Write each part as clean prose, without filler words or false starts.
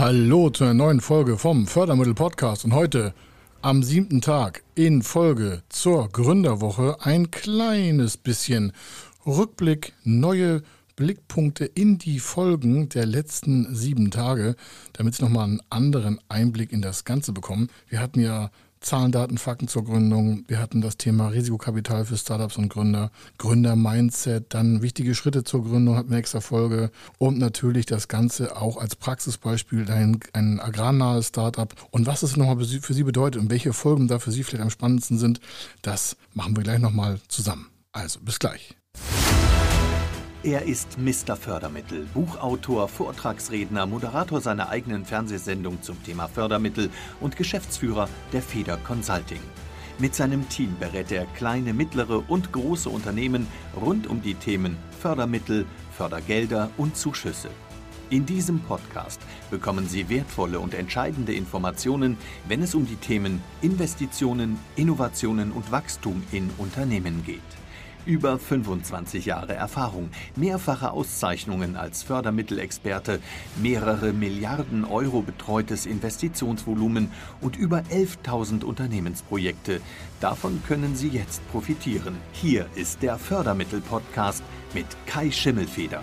Hallo zu einer neuen Folge vom Fördermittel-Podcast und heute am 7. Tag in Folge zur Gründerwoche ein kleines bisschen Rückblick, neue Blickpunkte in die Folgen der letzten 7 Tage, damit Sie nochmal einen anderen Einblick in das Ganze bekommen. Wir hatten ja Zahlen, Daten, Fakten zur Gründung. Wir hatten das Thema Risikokapital für Startups und Gründer, Gründer-Mindset, dann wichtige Schritte zur Gründung, hatten wir eine extra Folge und natürlich das Ganze auch als Praxisbeispiel, ein agrarnahes Startup und was es nochmal für Sie bedeutet und welche Folgen da für Sie vielleicht am spannendsten sind, das machen wir gleich nochmal zusammen. Also, bis gleich. Er ist Mr. Fördermittel, Buchautor, Vortragsredner, Moderator seiner eigenen Fernsehsendung zum Thema Fördermittel und Geschäftsführer der Feder Consulting. Mit seinem Team berät er kleine, mittlere und große Unternehmen rund um die Themen Fördermittel, Fördergelder und Zuschüsse. In diesem Podcast bekommen Sie wertvolle und entscheidende Informationen, wenn es um die Themen Investitionen, Innovationen und Wachstum in Unternehmen geht. Über 25 Jahre Erfahrung, mehrfache Auszeichnungen als Fördermittelexperte, mehrere Milliarden Euro betreutes Investitionsvolumen und über 11.000 Unternehmensprojekte. Davon können Sie jetzt profitieren. Hier ist der Fördermittel-Podcast mit Kai Schimmelfeder.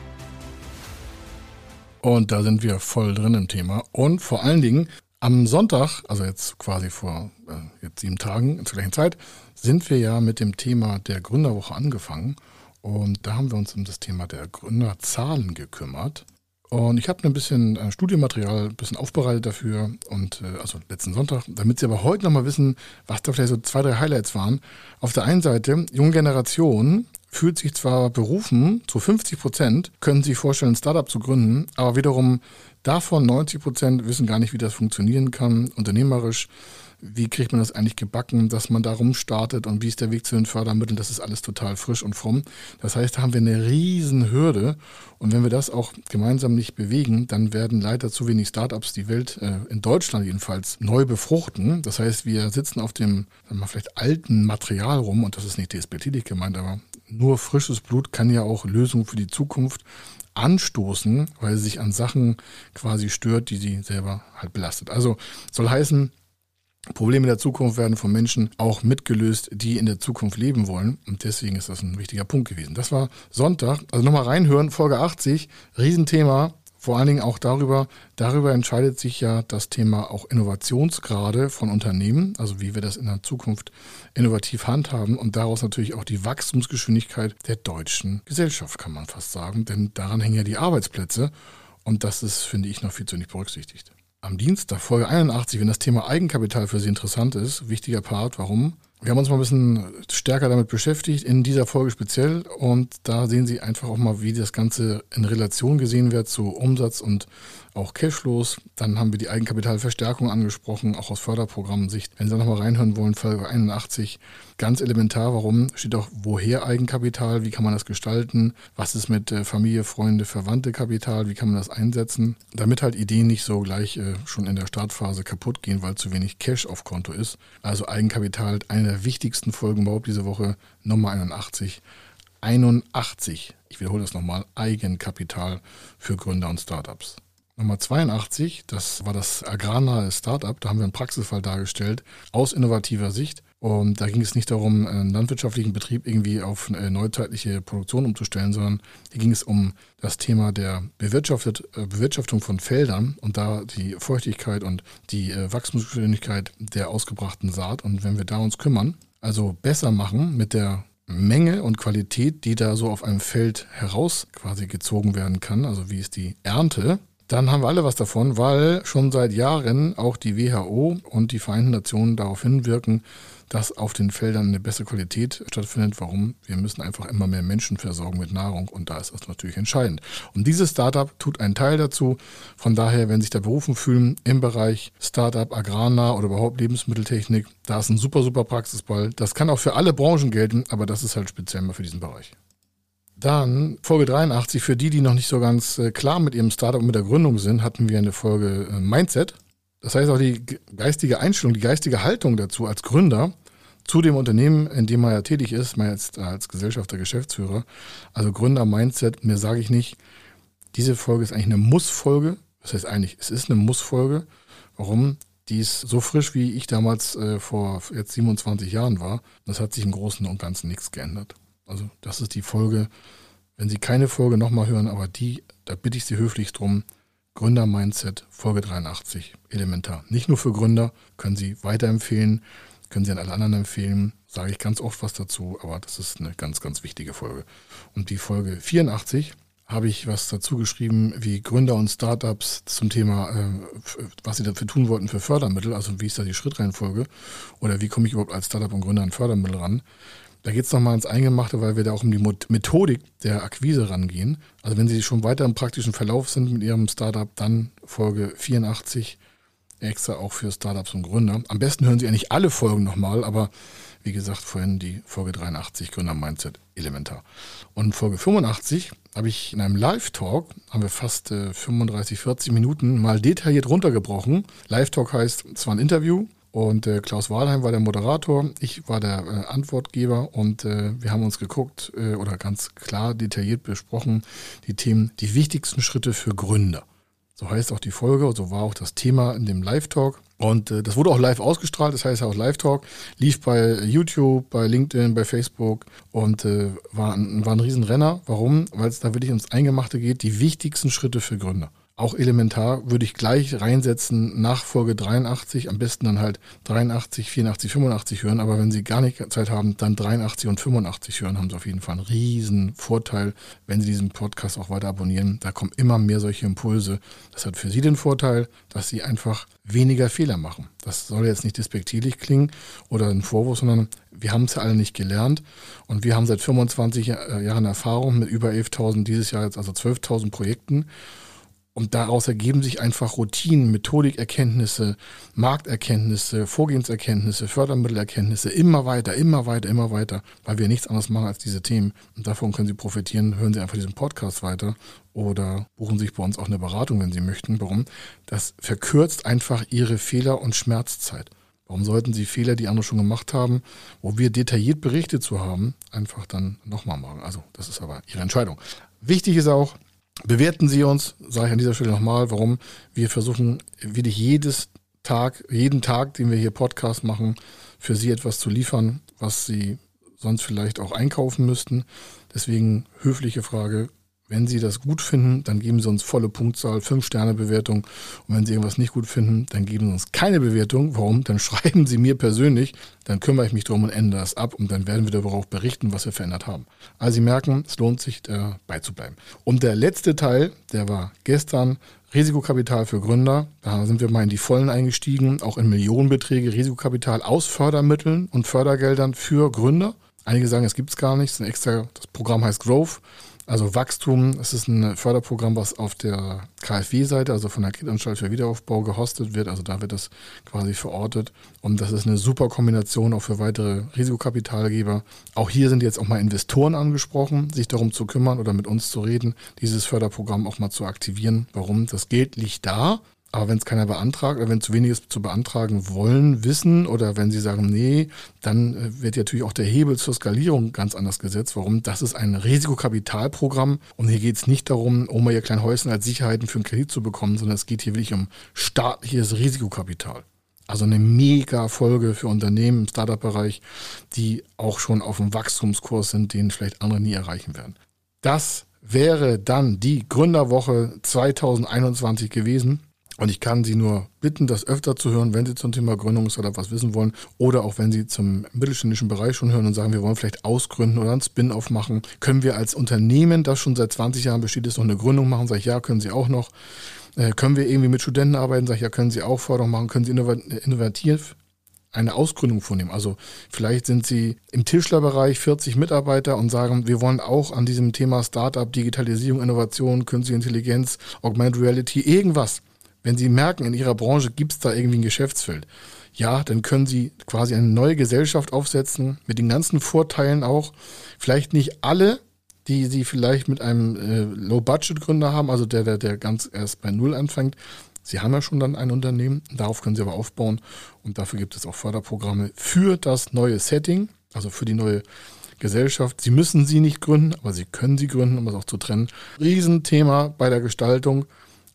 Und da sind wir voll drin im Thema und vor allen Dingen am Sonntag, also jetzt quasi vor 7 Tagen zur gleichen Zeit, sind wir ja mit dem Thema der Gründerwoche angefangen und da haben wir uns um das Thema der Gründerzahlen gekümmert. Und ich habe ein bisschen Studienmaterial ein bisschen aufbereitet dafür und also letzten Sonntag, damit Sie aber heute nochmal wissen, was da vielleicht so 2, 3 Highlights waren. Auf der einen Seite, junge Generation fühlt sich zwar berufen, zu 50% können sich vorstellen, ein Startup zu gründen, aber wiederum davon 90% wissen gar nicht, wie das funktionieren kann, unternehmerisch. Wie kriegt man das eigentlich gebacken, dass man da rumstartet und wie ist der Weg zu den Fördermitteln? Das ist alles total frisch und fromm. Das heißt, da haben wir eine riesen Hürde und wenn wir das auch gemeinsam nicht bewegen, dann werden leider zu wenig Startups die Welt, in Deutschland jedenfalls, neu befruchten. Das heißt, wir sitzen auf dem, sagen wir mal, vielleicht alten Material rum und das ist nicht despektierlich gemeint, aber nur frisches Blut kann ja auch Lösungen für die Zukunft anstoßen, weil sie sich an Sachen quasi stört, die sie selber halt belastet. Also soll heißen, Probleme der Zukunft werden von Menschen auch mitgelöst, die in der Zukunft leben wollen. Und deswegen ist das ein wichtiger Punkt gewesen. Das war Sonntag. Also nochmal reinhören, Folge 80, Riesenthema. Vor allen Dingen auch darüber entscheidet sich ja das Thema auch Innovationsgrade von Unternehmen, also wie wir das in der Zukunft innovativ handhaben und daraus natürlich auch die Wachstumsgeschwindigkeit der deutschen Gesellschaft, kann man fast sagen. Denn daran hängen ja die Arbeitsplätze und das ist, finde ich, noch viel zu wenig berücksichtigt. Am Dienstag, Folge 81, wenn das Thema Eigenkapital für Sie interessant ist, wichtiger Part, warum? Wir haben uns mal ein bisschen stärker damit beschäftigt, in dieser Folge speziell. Und da sehen Sie einfach auch mal, wie das Ganze in Relation gesehen wird zu Umsatz und auch Cashflows. Dann haben wir die Eigenkapitalverstärkung angesprochen, auch aus Förderprogrammsicht. Wenn Sie da nochmal reinhören wollen, Folge 81, ganz elementar, warum steht auch, woher Eigenkapital, wie kann man das gestalten, was ist mit Familie, Freunde, Verwandte Kapital, wie kann man das einsetzen, damit halt Ideen nicht so gleich schon in der Startphase kaputt gehen, weil zu wenig Cash auf Konto ist. Also Eigenkapital, eine der wichtigsten Folgen überhaupt diese Woche, Nummer 81. 81, ich wiederhole das nochmal, Eigenkapital für Gründer und Startups. Nummer 82, das war das agrarnahe Startup, da haben wir einen Praxisfall dargestellt, aus innovativer Sicht. Und da ging es nicht darum, einen landwirtschaftlichen Betrieb irgendwie auf neuzeitliche Produktion umzustellen, sondern hier ging es um das Thema der Bewirtschaftung von Feldern und da die Feuchtigkeit und die Wachstumsgeschwindigkeit der ausgebrachten Saat. Und wenn wir da uns kümmern, also besser machen mit der Menge und Qualität, die da so auf einem Feld heraus quasi gezogen werden kann, also wie ist die Ernte, dann haben wir alle was davon, weil schon seit Jahren auch die WHO und die Vereinten Nationen darauf hinwirken, dass auf den Feldern eine bessere Qualität stattfindet. Warum? Wir müssen einfach immer mehr Menschen versorgen mit Nahrung und da ist das natürlich entscheidend. Und dieses Startup tut einen Teil dazu. Von daher, wenn Sie sich da berufen fühlen im Bereich Startup, agrarnah oder überhaupt Lebensmitteltechnik, da ist ein super, super Praxisball. Das kann auch für alle Branchen gelten, aber das ist halt speziell mal für diesen Bereich. Dann Folge 83, für die noch nicht so ganz klar mit ihrem Startup und mit der Gründung sind, hatten wir eine Folge Mindset. Das heißt auch die geistige Einstellung, die geistige Haltung dazu als Gründer zu dem Unternehmen, in dem man ja tätig ist, man jetzt als Gesellschafter, Geschäftsführer, also Gründer-Mindset, mehr sage ich nicht. Diese Folge ist eigentlich eine Muss-Folge Das heißt eigentlich, es ist eine Muss-Folge. Warum? Die ist so frisch, wie ich damals vor jetzt 27 Jahren war. Das hat sich im Großen und Ganzen nichts geändert. Also das ist die Folge, wenn Sie keine Folge nochmal hören, aber da bitte ich Sie höflich drum, Gründer-Mindset, Folge 83, elementar. Nicht nur für Gründer, können Sie weiterempfehlen, können Sie an alle anderen empfehlen, sage ich ganz oft was dazu, aber das ist eine ganz, ganz wichtige Folge. Und die Folge 84 habe ich was dazu geschrieben, wie Gründer und Startups zum Thema, was sie dafür tun wollten für Fördermittel, also wie ist da die Schrittreihenfolge oder wie komme ich überhaupt als Startup und Gründer an Fördermittel ran. Da geht es nochmal ins Eingemachte, weil wir da auch um die Methodik der Akquise rangehen. Also wenn Sie schon weiter im praktischen Verlauf sind mit Ihrem Startup, dann Folge 84, extra auch für Startups und Gründer. Am besten hören Sie eigentlich alle Folgen nochmal, aber wie gesagt, vorhin die Folge 83, Gründer-Mindset, elementar. Und in Folge 85 habe ich in einem Live-Talk, haben wir fast 35, 40 Minuten mal detailliert runtergebrochen. Live-Talk heißt, es war ein Interview und Klaus Wahlheim war der Moderator, ich war der Antwortgeber und wir haben uns geguckt oder ganz klar detailliert besprochen, die Themen, die wichtigsten Schritte für Gründer. So heißt auch die Folge, so war auch das Thema in dem Live-Talk. Und das wurde auch live ausgestrahlt, das heißt auch Live-Talk, lief bei YouTube, bei LinkedIn, bei Facebook und war ein Riesenrenner. Warum? Weil es da wirklich ums Eingemachte geht, die wichtigsten Schritte für Gründer. Auch elementar würde ich gleich reinsetzen nach Folge 83, am besten dann halt 83, 84, 85 hören, aber wenn Sie gar nicht Zeit haben, dann 83 und 85 hören, haben Sie auf jeden Fall einen riesen Vorteil, wenn Sie diesen Podcast auch weiter abonnieren. Da kommen immer mehr solche Impulse. Das hat für Sie den Vorteil, dass Sie einfach weniger Fehler machen. Das soll jetzt nicht despektierlich klingen oder ein Vorwurf, sondern wir haben es ja alle nicht gelernt und wir haben seit 25 Jahren Erfahrung mit über 11.000, dieses Jahr jetzt also 12.000 Projekten. Und daraus ergeben sich einfach Routinen, Methodikerkenntnisse, Markterkenntnisse, Vorgehenserkenntnisse, Fördermittelerkenntnisse, immer weiter, weil wir nichts anderes machen als diese Themen. Und davon können Sie profitieren. Hören Sie einfach diesen Podcast weiter oder buchen sich bei uns auch eine Beratung, wenn Sie möchten. Warum? Das verkürzt einfach Ihre Fehler- und Schmerzzeit. Warum sollten Sie Fehler, die andere schon gemacht haben, wo wir detailliert Berichte zu haben, einfach dann nochmal machen? Also das ist aber Ihre Entscheidung. Wichtig ist auch, bewerten Sie uns, sage ich an dieser Stelle nochmal, warum wir versuchen, wirklich jeden Tag, den wir hier Podcast machen, für Sie etwas zu liefern, was Sie sonst vielleicht auch einkaufen müssten. Deswegen höfliche Frage, wenn Sie das gut finden, dann geben Sie uns volle Punktzahl, 5-Sterne-Bewertung. Und wenn Sie irgendwas nicht gut finden, dann geben Sie uns keine Bewertung. Warum? Dann schreiben Sie mir persönlich, dann kümmere ich mich drum und ändere das ab und dann werden wir darüber auch berichten, was wir verändert haben. Also Sie merken, es lohnt sich, dabei zu bleiben. Und der letzte Teil, der war gestern, Risikokapital für Gründer. Da sind wir mal in die Vollen eingestiegen, auch in Millionenbeträge Risikokapital aus Fördermitteln und Fördergeldern für Gründer. Einige sagen, es gibt es gar nicht. Das Programm heißt Growth. Also Wachstum, es ist ein Förderprogramm, was auf der KfW-Seite, also von der Kreditanstalt für Wiederaufbau gehostet wird. Also da wird das quasi verortet. Und das ist eine super Kombination auch für weitere Risikokapitalgeber. Auch hier sind jetzt auch mal Investoren angesprochen, sich darum zu kümmern oder mit uns zu reden, dieses Förderprogramm auch mal zu aktivieren. Warum? Das Geld liegt da. Aber wenn es keiner beantragt oder wenn zu wenig zu beantragen wollen, wissen oder wenn sie sagen, nee, dann wird natürlich auch der Hebel zur Skalierung ganz anders gesetzt. Warum? Das ist ein Risikokapitalprogramm und hier geht es nicht darum, mal ihr kleinen Häuschen als Sicherheiten für einen Kredit zu bekommen, sondern es geht hier wirklich um staatliches Risikokapital. Also eine mega Folge für Unternehmen im Startup-Bereich, die auch schon auf dem Wachstumskurs sind, den vielleicht andere nie erreichen werden. Das wäre dann die Gründerwoche 2021 gewesen. Und ich kann Sie nur bitten, das öfter zu hören, wenn Sie zum Thema Gründungsstartup was wissen wollen oder auch wenn Sie zum mittelständischen Bereich schon hören und sagen, wir wollen vielleicht ausgründen oder einen Spin-off machen. Können wir als Unternehmen, das schon seit 20 Jahren besteht, ist noch eine Gründung machen? Sag ich, ja, können Sie auch noch. Können wir irgendwie mit Studenten arbeiten? Sag ich, ja, können Sie auch Förderung machen? Können Sie innovativ eine Ausgründung vornehmen? Also vielleicht sind Sie im Tischlerbereich 40 Mitarbeiter und sagen, wir wollen auch an diesem Thema Startup, Digitalisierung, Innovation, Künstliche Intelligenz, Augmented Reality, irgendwas. Wenn Sie merken, in Ihrer Branche gibt es da irgendwie ein Geschäftsfeld, ja, dann können Sie quasi eine neue Gesellschaft aufsetzen, mit den ganzen Vorteilen auch. Vielleicht nicht alle, die Sie vielleicht mit einem Low-Budget-Gründer haben, also der ganz erst bei Null anfängt. Sie haben ja schon dann ein Unternehmen, darauf können Sie aber aufbauen und dafür gibt es auch Förderprogramme für das neue Setting, also für die neue Gesellschaft. Sie müssen sie nicht gründen, aber Sie können sie gründen, um das auch zu trennen. Riesenthema bei der Gestaltung.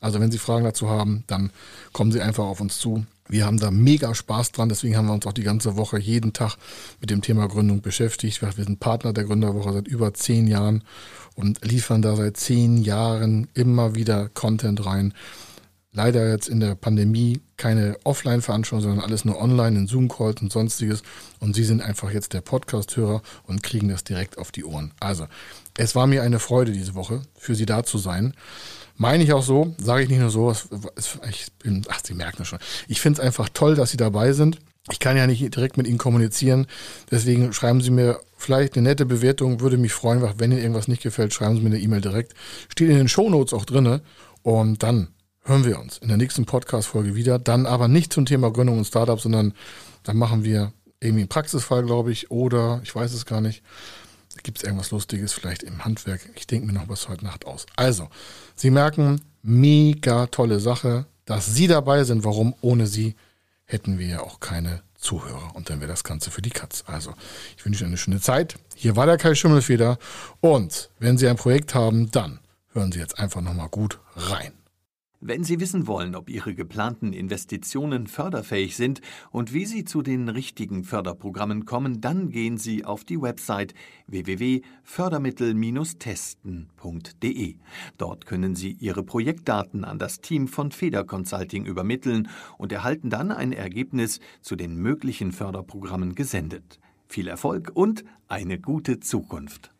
Also wenn Sie Fragen dazu haben, dann kommen Sie einfach auf uns zu. Wir haben da mega Spaß dran, deswegen haben wir uns auch die ganze Woche jeden Tag mit dem Thema Gründung beschäftigt. Wir sind Partner der Gründerwoche seit über 10 Jahren und liefern da seit 10 Jahren immer wieder Content rein. Leider jetzt in der Pandemie keine Offline-Veranstaltungen, sondern alles nur online in Zoom-Calls und sonstiges. Und Sie sind einfach jetzt der Podcast-Hörer und kriegen das direkt auf die Ohren. Also, es war mir eine Freude diese Woche, für Sie da zu sein. Meine ich auch so, sage ich nicht nur so. Sie merken es schon. Ich finde es einfach toll, dass Sie dabei sind. Ich kann ja nicht direkt mit Ihnen kommunizieren. Deswegen schreiben Sie mir vielleicht eine nette Bewertung. Würde mich freuen, wenn Ihnen irgendwas nicht gefällt, schreiben Sie mir eine E-Mail direkt. Steht in den Shownotes auch drin. Und dann hören wir uns in der nächsten Podcast-Folge wieder. Dann aber nicht zum Thema Gründung und Startup, sondern dann machen wir irgendwie einen Praxisfall, glaube ich, oder ich weiß es gar nicht. Gibt es irgendwas Lustiges vielleicht im Handwerk? Ich denke mir noch bis heute Nacht aus. Also, Sie merken, mega tolle Sache, dass Sie dabei sind. Warum? Ohne Sie hätten wir ja auch keine Zuhörer. Und dann wäre das Ganze für die Katz. Also, ich wünsche Ihnen eine schöne Zeit. Hier war der Kai Schimmelfeder. Und wenn Sie ein Projekt haben, dann hören Sie jetzt einfach nochmal gut rein. Wenn Sie wissen wollen, ob Ihre geplanten Investitionen förderfähig sind und wie Sie zu den richtigen Förderprogrammen kommen, dann gehen Sie auf die Website www.fördermittel-testen.de. Dort können Sie Ihre Projektdaten an das Team von Feder Consulting übermitteln und erhalten dann ein Ergebnis zu den möglichen Förderprogrammen gesendet. Viel Erfolg und eine gute Zukunft!